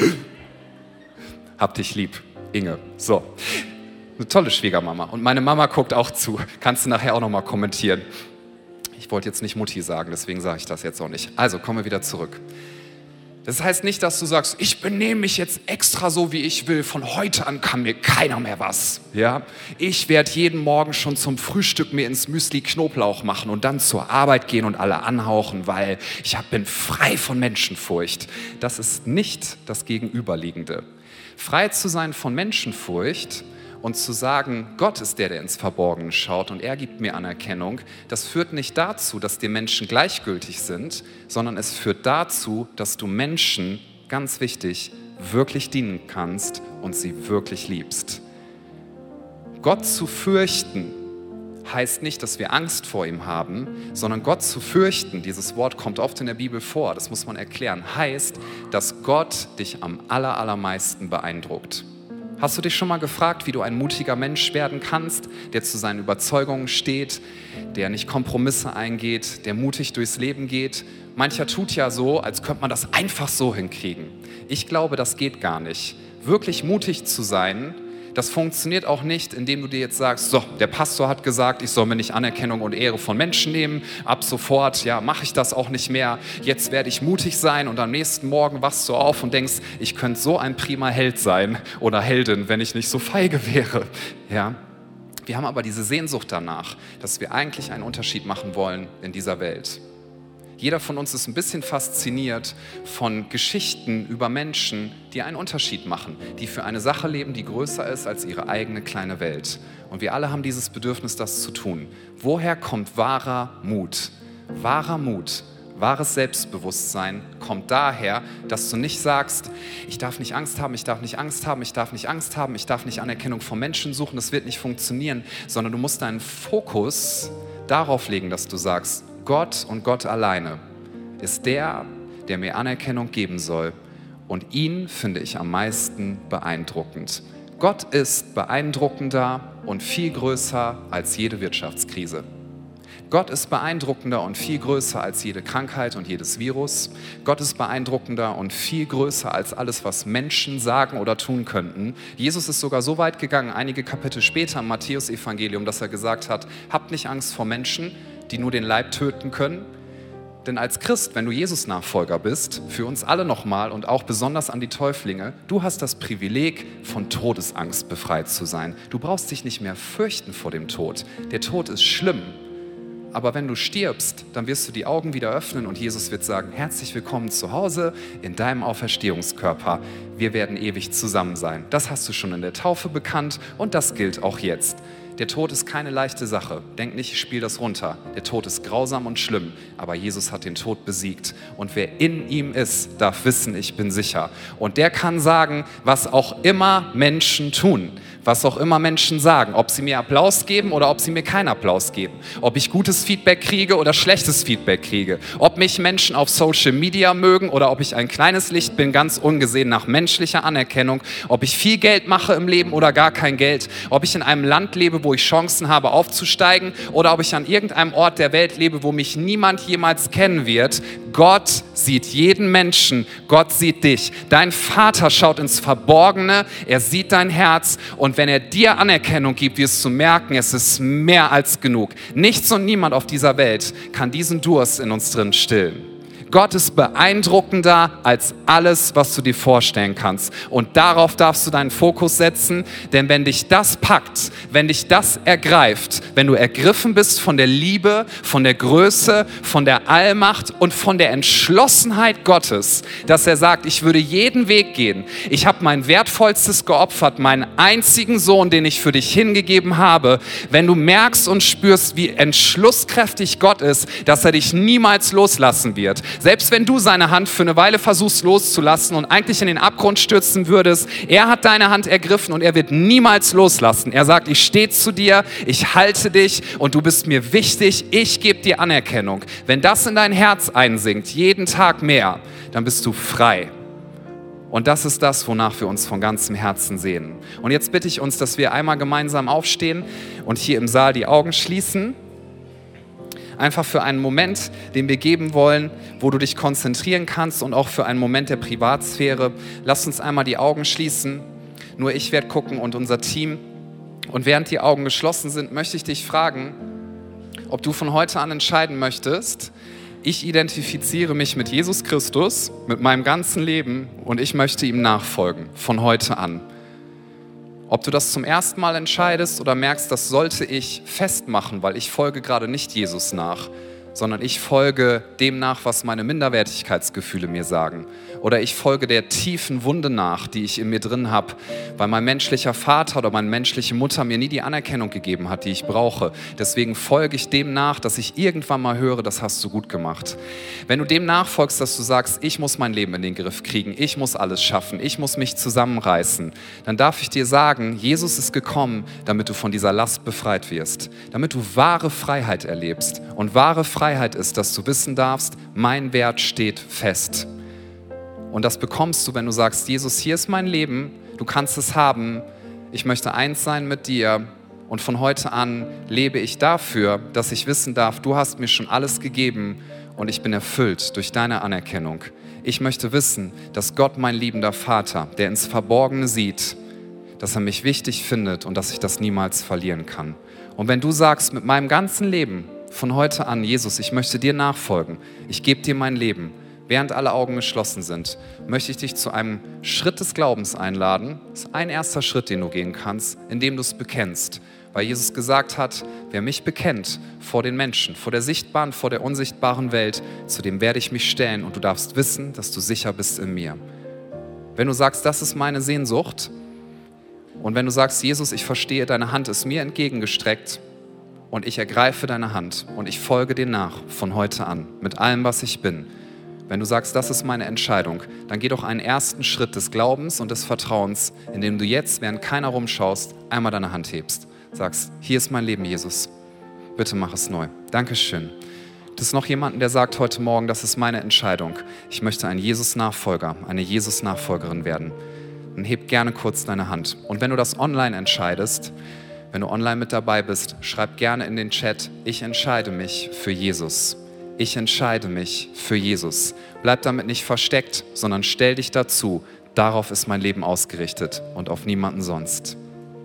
Hab dich lieb, Inge. So, eine tolle Schwiegermama. Und meine Mama guckt auch zu. Kannst du nachher auch nochmal kommentieren. Ich wollte jetzt nicht Mutti sagen, deswegen sage ich das jetzt auch nicht. Also, kommen wir wieder zurück. Das heißt nicht, dass du sagst, ich benehme mich jetzt extra so, wie ich will. Von heute an kann mir keiner mehr was. Ja? Ich werde jeden Morgen schon zum Frühstück mir ins Müsli Knoblauch machen und dann zur Arbeit gehen und alle anhauchen, weil ich bin frei von Menschenfurcht. Das ist nicht das Gegenüberliegende. Frei zu sein von Menschenfurcht und zu sagen, Gott ist der ins Verborgene schaut und er gibt mir Anerkennung, das führt nicht dazu, dass dir Menschen gleichgültig sind, sondern es führt dazu, dass du Menschen, ganz wichtig, wirklich dienen kannst und sie wirklich liebst. Gott zu fürchten heißt nicht, dass wir Angst vor ihm haben, sondern Gott zu fürchten, dieses Wort kommt oft in der Bibel vor, das muss man erklären, heißt, dass Gott dich am allermeisten beeindruckt. Hast du dich schon mal gefragt, wie du ein mutiger Mensch werden kannst, der zu seinen Überzeugungen steht, der nicht Kompromisse eingeht, der mutig durchs Leben geht? Mancher tut ja so, als könnte man das einfach so hinkriegen. Ich glaube, das geht gar nicht. Wirklich mutig zu sein, das funktioniert auch nicht, indem du dir jetzt sagst, so, der Pastor hat gesagt, ich soll mir nicht Anerkennung und Ehre von Menschen nehmen. Ab sofort, ja, mache ich das auch nicht mehr. Jetzt werde ich mutig sein und am nächsten Morgen wachst du auf und denkst, ich könnte so ein prima Held sein oder Heldin, wenn ich nicht so feige wäre. Ja? Wir haben aber diese Sehnsucht danach, dass wir eigentlich einen Unterschied machen wollen in dieser Welt. Jeder von uns ist ein bisschen fasziniert von Geschichten über Menschen, die einen Unterschied machen, die für eine Sache leben, die größer ist als ihre eigene kleine Welt. Und wir alle haben dieses Bedürfnis, das zu tun. Woher kommt wahrer Mut? Wahrer Mut, wahres Selbstbewusstsein kommt daher, dass du nicht sagst, ich darf nicht Angst haben, ich darf nicht Angst haben, ich darf nicht Angst haben, ich darf nicht Anerkennung von Menschen suchen, das wird nicht funktionieren, sondern du musst deinen Fokus darauf legen, dass du sagst, Gott und Gott alleine ist der, der mir Anerkennung geben soll. Und ihn finde ich am meisten beeindruckend. Gott ist beeindruckender und viel größer als jede Wirtschaftskrise. Gott ist beeindruckender und viel größer als jede Krankheit und jedes Virus. Gott ist beeindruckender und viel größer als alles, was Menschen sagen oder tun könnten. Jesus ist sogar so weit gegangen, einige Kapitel später im Matthäus-Evangelium, dass er gesagt hat, habt nicht Angst vor Menschen, die nur den Leib töten können. Denn als Christ, wenn du Jesus-Nachfolger bist, für uns alle nochmal und auch besonders an die Täuflinge, du hast das Privileg, von Todesangst befreit zu sein. Du brauchst dich nicht mehr fürchten vor dem Tod. Der Tod ist schlimm. Aber wenn du stirbst, dann wirst du die Augen wieder öffnen und Jesus wird sagen, herzlich willkommen zu Hause in deinem Auferstehungskörper. Wir werden ewig zusammen sein. Das hast du schon in der Taufe bekannt und das gilt auch jetzt. Der Tod ist keine leichte Sache. Denk nicht, ich spiele das runter. Der Tod ist grausam und schlimm, aber Jesus hat den Tod besiegt. Und wer in ihm ist, darf wissen, ich bin sicher. Und der kann sagen, was auch immer Menschen tun, was auch immer Menschen sagen, ob sie mir Applaus geben oder ob sie mir keinen Applaus geben, ob ich gutes Feedback kriege oder schlechtes Feedback kriege, ob mich Menschen auf Social Media mögen oder ob ich ein kleines Licht bin, ganz ungesehen nach menschlicher Anerkennung, ob ich viel Geld mache im Leben oder gar kein Geld, ob ich in einem Land lebe, wo ich Chancen habe aufzusteigen oder ob ich an irgendeinem Ort der Welt lebe, wo mich niemand jemals kennen wird. Gott sieht jeden Menschen, Gott sieht dich. Dein Vater schaut ins Verborgene, er sieht dein Herz und wenn er dir Anerkennung gibt, wirst du merken, es ist mehr als genug. Nichts und niemand auf dieser Welt kann diesen Durst in uns drin stillen. Gott ist beeindruckender als alles, was du dir vorstellen kannst. Und darauf darfst du deinen Fokus setzen, denn wenn dich das packt, wenn dich das ergreift, wenn du ergriffen bist von der Liebe, von der Größe, von der Allmacht und von der Entschlossenheit Gottes, dass er sagt, ich würde jeden Weg gehen. Ich habe mein Wertvollstes geopfert, meinen einzigen Sohn, den ich für dich hingegeben habe. Wenn du merkst und spürst, wie entschlusskräftig Gott ist, dass er dich niemals loslassen wird, Selbst wenn du seine Hand für eine Weile versuchst loszulassen und eigentlich in den Abgrund stürzen würdest, er hat deine Hand ergriffen und er wird niemals loslassen. Er sagt, ich stehe zu dir, ich halte dich und du bist mir wichtig, ich gebe dir Anerkennung. Wenn das in dein Herz einsinkt, jeden Tag mehr, dann bist du frei. Und das ist das, wonach wir uns von ganzem Herzen sehnen. Und jetzt bitte ich uns, dass wir einmal gemeinsam aufstehen und hier im Saal die Augen schließen. Einfach für einen Moment, den wir geben wollen, wo du dich konzentrieren kannst und auch für einen Moment der Privatsphäre. Lass uns einmal die Augen schließen. Nur ich werde gucken und unser Team. Und während die Augen geschlossen sind, möchte ich dich fragen, ob du von heute an entscheiden möchtest, ich identifiziere mich mit Jesus Christus, mit meinem ganzen Leben und ich möchte ihm nachfolgen, von heute an. Ob du das zum ersten Mal entscheidest oder merkst, das sollte ich festmachen, weil ich folge gerade nicht Jesus nach, sondern ich folge dem nach, was meine Minderwertigkeitsgefühle mir sagen. Oder ich folge der tiefen Wunde nach, die ich in mir drin habe, weil mein menschlicher Vater oder meine menschliche Mutter mir nie die Anerkennung gegeben hat, die ich brauche. Deswegen folge ich dem nach, dass ich irgendwann mal höre, das hast du gut gemacht. Wenn du dem nachfolgst, dass du sagst, ich muss mein Leben in den Griff kriegen, ich muss alles schaffen, ich muss mich zusammenreißen, dann darf ich dir sagen, Jesus ist gekommen, damit du von dieser Last befreit wirst, damit du wahre Freiheit erlebst. Und wahre Freiheit ist, dass du wissen darfst, mein Wert steht fest. Und das bekommst du, wenn du sagst, Jesus, hier ist mein Leben, du kannst es haben, ich möchte eins sein mit dir und von heute an lebe ich dafür, dass ich wissen darf, du hast mir schon alles gegeben und ich bin erfüllt durch deine Anerkennung. Ich möchte wissen, dass Gott, mein liebender Vater, der ins Verborgene sieht, dass er mich wichtig findet und dass ich das niemals verlieren kann. Und wenn du sagst, mit meinem ganzen Leben, von heute an, Jesus, ich möchte dir nachfolgen, ich gebe dir mein Leben, während alle Augen geschlossen sind, möchte ich dich zu einem Schritt des Glaubens einladen. Das ist ein erster Schritt, den du gehen kannst, indem du es bekennst. Weil Jesus gesagt hat, wer mich bekennt vor den Menschen, vor der sichtbaren, vor der unsichtbaren Welt, zu dem werde ich mich stellen und du darfst wissen, dass du sicher bist in mir. Wenn du sagst, das ist meine Sehnsucht und wenn du sagst, Jesus, ich verstehe, deine Hand ist mir entgegengestreckt und ich ergreife deine Hand und ich folge dir nach von heute an, mit allem, was ich bin. Wenn du sagst, das ist meine Entscheidung, dann geh doch einen ersten Schritt des Glaubens und des Vertrauens, indem du jetzt, während keiner rumschaust, einmal deine Hand hebst. Sagst, hier ist mein Leben, Jesus. Bitte mach es neu. Dankeschön. Das ist noch jemanden, der sagt heute Morgen, das ist meine Entscheidung. Ich möchte ein Jesus-Nachfolger, eine Jesus-Nachfolgerin werden. Dann heb gerne kurz deine Hand. Und wenn du das online entscheidest, wenn du online mit dabei bist, schreib gerne in den Chat, ich entscheide mich für Jesus. Ich entscheide mich für Jesus. Bleib damit nicht versteckt, sondern stell dich dazu. Darauf ist mein Leben ausgerichtet und auf niemanden sonst.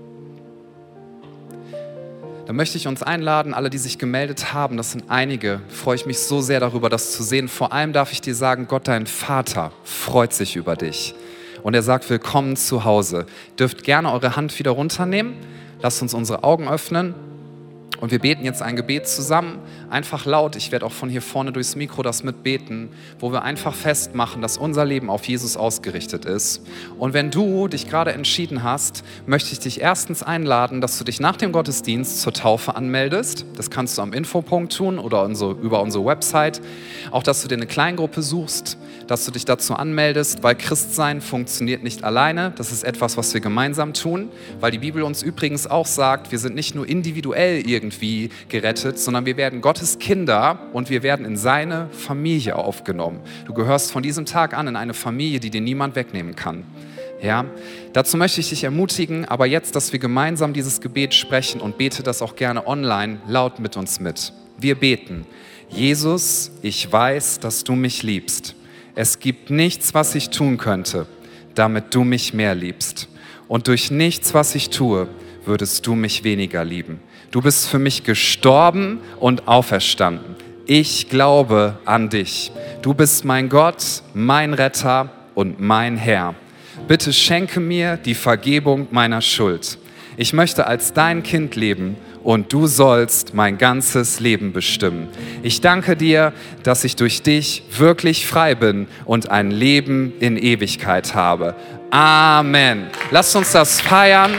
Da möchte ich uns einladen, alle, die sich gemeldet haben, das sind einige, freue ich mich so sehr darüber, das zu sehen. Vor allem darf ich dir sagen, Gott, dein Vater, freut sich über dich. Und er sagt, willkommen zu Hause. Dürft gerne eure Hand wieder runternehmen. Lasst uns unsere Augen öffnen. Und wir beten jetzt ein Gebet zusammen, einfach laut. Ich werde auch von hier vorne durchs Mikro das mitbeten, wo wir einfach festmachen, dass unser Leben auf Jesus ausgerichtet ist. Und wenn du dich gerade entschieden hast, möchte ich dich erstens einladen, dass du dich nach dem Gottesdienst zur Taufe anmeldest. Das kannst du am Infopunkt tun oder über unsere Website. Auch, dass du dir eine Kleingruppe suchst, dass du dich dazu anmeldest, weil Christsein funktioniert nicht alleine. Das ist etwas, was wir gemeinsam tun, weil die Bibel uns übrigens auch sagt, wir sind nicht nur individuell irgendwie gerettet, sondern wir werden Gottes Kinder und wir werden in seine Familie aufgenommen. Du gehörst von diesem Tag an in eine Familie, die dir niemand wegnehmen kann. Ja, dazu möchte ich dich ermutigen, aber jetzt, dass wir gemeinsam dieses Gebet sprechen und bete das auch gerne online laut mit uns mit. Wir beten, Jesus, ich weiß, dass du mich liebst. Es gibt nichts, was ich tun könnte, damit du mich mehr liebst. Und durch nichts, was ich tue, würdest du mich weniger lieben. Du bist für mich gestorben und auferstanden. Ich glaube an dich. Du bist mein Gott, mein Retter und mein Herr. Bitte schenke mir die Vergebung meiner Schuld. Ich möchte als dein Kind leben und du sollst mein ganzes Leben bestimmen. Ich danke dir, dass ich durch dich wirklich frei bin und ein Leben in Ewigkeit habe. Amen. Lasst uns das feiern.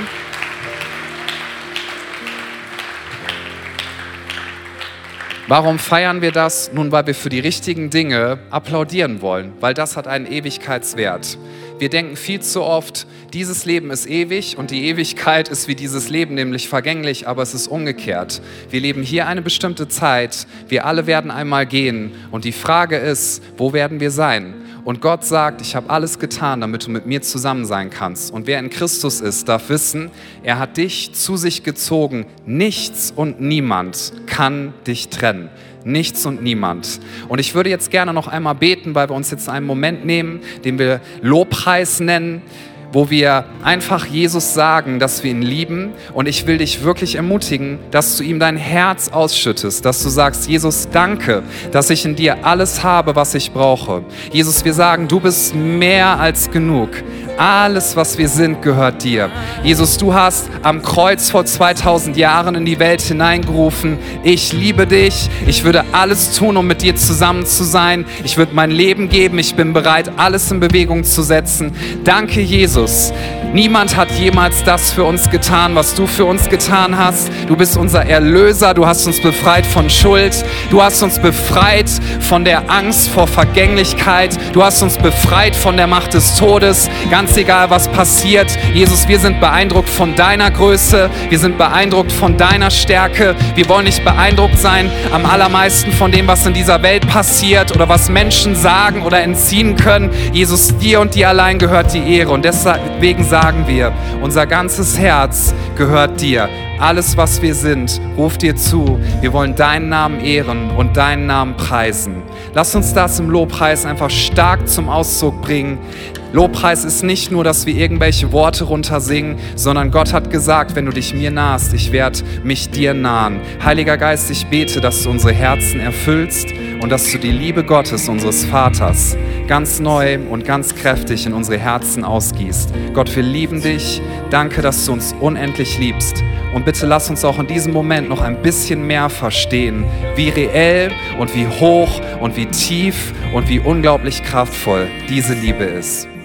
Warum feiern wir das? Nun, weil wir für die richtigen Dinge applaudieren wollen, weil das hat einen Ewigkeitswert. Wir denken viel zu oft, dieses Leben ist ewig und die Ewigkeit ist wie dieses Leben, nämlich vergänglich, aber es ist umgekehrt. Wir leben hier eine bestimmte Zeit, wir alle werden einmal gehen und die Frage ist, wo werden wir sein? Und Gott sagt, ich habe alles getan, damit du mit mir zusammen sein kannst. Und wer in Christus ist, darf wissen, er hat dich zu sich gezogen. Nichts und niemand kann dich trennen. Nichts und niemand. Und ich würde jetzt gerne noch einmal beten, weil wir uns jetzt einen Moment nehmen, den wir Lobpreis nennen, wo wir einfach Jesus sagen, dass wir ihn lieben. Und ich will dich wirklich ermutigen, dass du ihm dein Herz ausschüttest, dass du sagst, Jesus, danke, dass ich in dir alles habe, was ich brauche. Jesus, wir sagen, du bist mehr als genug. Alles, was wir sind, gehört dir. Jesus, du hast am Kreuz vor 2000 Jahren in die Welt hineingerufen, ich liebe dich, ich würde alles tun, um mit dir zusammen zu sein. Ich würde mein Leben geben, ich bin bereit, alles in Bewegung zu setzen. Danke, Jesus. Niemand hat jemals das für uns getan, was du für uns getan hast. Du bist unser Erlöser, du hast uns befreit von Schuld, du hast uns befreit von der Angst vor Vergänglichkeit, du hast uns befreit von der Macht des Todes. Ganz egal, was passiert. Jesus, wir sind beeindruckt von deiner Größe. Wir sind beeindruckt von deiner Stärke. Wir wollen nicht beeindruckt sein am allermeisten von dem, was in dieser Welt passiert oder was Menschen sagen oder entziehen können. Jesus, dir und dir allein gehört die Ehre. Und deswegen sagen wir, unser ganzes Herz gehört dir. Alles, was wir sind, ruft dir zu. Wir wollen deinen Namen ehren und deinen Namen preisen. Lass uns das im Lobpreis einfach stark zum Ausdruck bringen. Lobpreis ist nicht nur, dass wir irgendwelche Worte runtersingen, sondern Gott hat gesagt, wenn du dich mir nahst, ich werde mich dir nahen. Heiliger Geist, ich bete, dass du unsere Herzen erfüllst und dass du die Liebe Gottes, unseres Vaters, ganz neu und ganz kräftig in unsere Herzen ausgießt. Gott, wir lieben dich. Danke, dass du uns unendlich liebst. Und bitte lass uns auch in diesem Moment noch ein bisschen mehr verstehen, wie reell und wie hoch und wie tief und wie unglaublich kraftvoll diese Liebe ist.